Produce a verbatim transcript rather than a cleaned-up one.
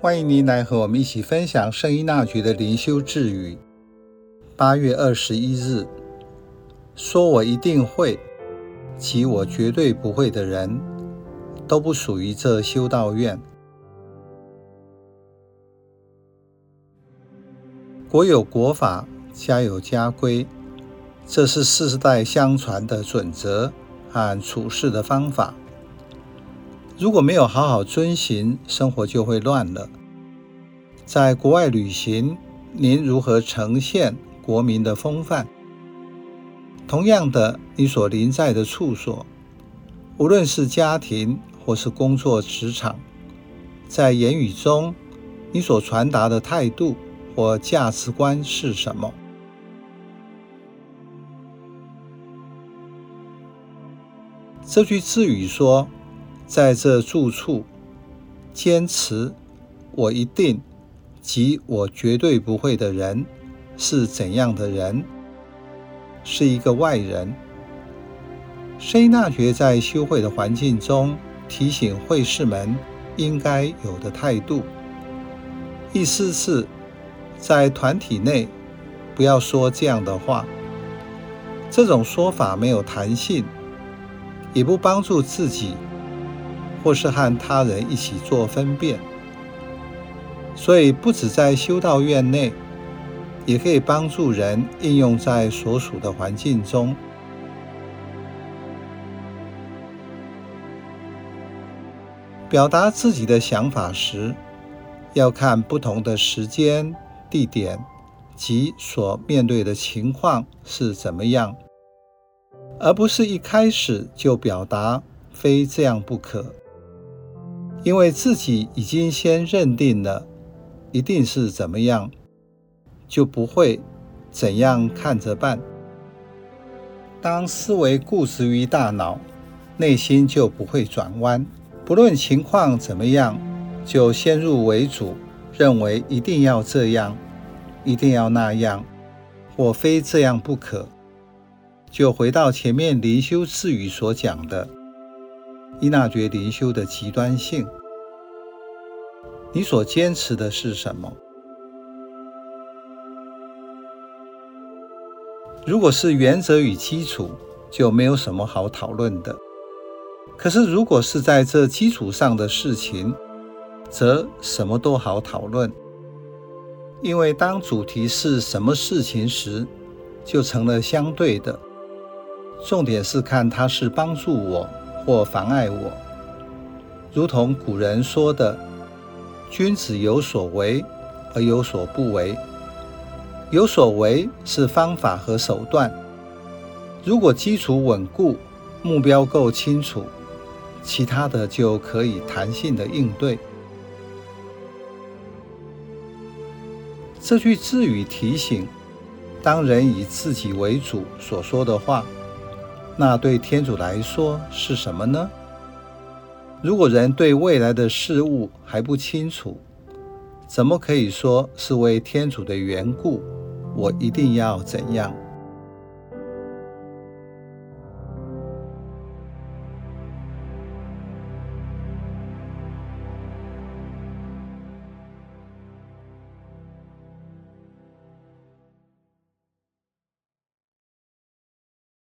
欢迎您来和我们一起分享圣依纳爵的灵修智语。八月二十一日，说我一定会及我绝对不会的人，都不属于这修道院。国有国法，家有家规，这是世代相传的准则和处事的方法。如果没有好好遵行，生活就会乱了。在国外旅行，您如何呈现国民的风范？同样的，你所临在的处所，无论是家庭或是工作职场，在言语中，你所传达的态度或价值观是什么？这句智语说，在这住处，坚持我一定及我绝对不会的人是怎样的人？是一个外人。圣依纳爵在修会的环境中提醒会士们应该有的态度，意思是在团体内不要说这样的话，这种说法没有弹性，也不帮助自己或是和他人一起做分辨。所以不只在修道院内，也可以帮助人应用在所属的环境中。表达自己的想法时，要看不同的时间、地点及所面对的情况是怎么样，而不是一开始就表达非这样不可，因为自己已经先认定了一定是怎么样，就不会怎样看着办。当思维固执于大脑，内心就不会转弯，不论情况怎么样，就先入为主，认为一定要这样，一定要那样，或非这样不可。就回到前面灵修智语所讲的，依纳爵灵修的极端性。你所坚持的是什么？如果是原则与基础，就没有什么好讨论的。可是如果是在这基础上的事情，则什么都好讨论。因为当主题是什么事情时，就成了相对的。重点是看它是帮助我或妨碍我。如同古人说的，君子有所为而有所不为。有所为是方法和手段，如果基础稳固，目标够清楚，其他的就可以弹性的应对。这句智语提醒，当人以自己为主所说的话，那对天主来说是什么呢？如果人对未来的事物还不清楚，怎么可以说是为天主的缘故，我一定要怎样？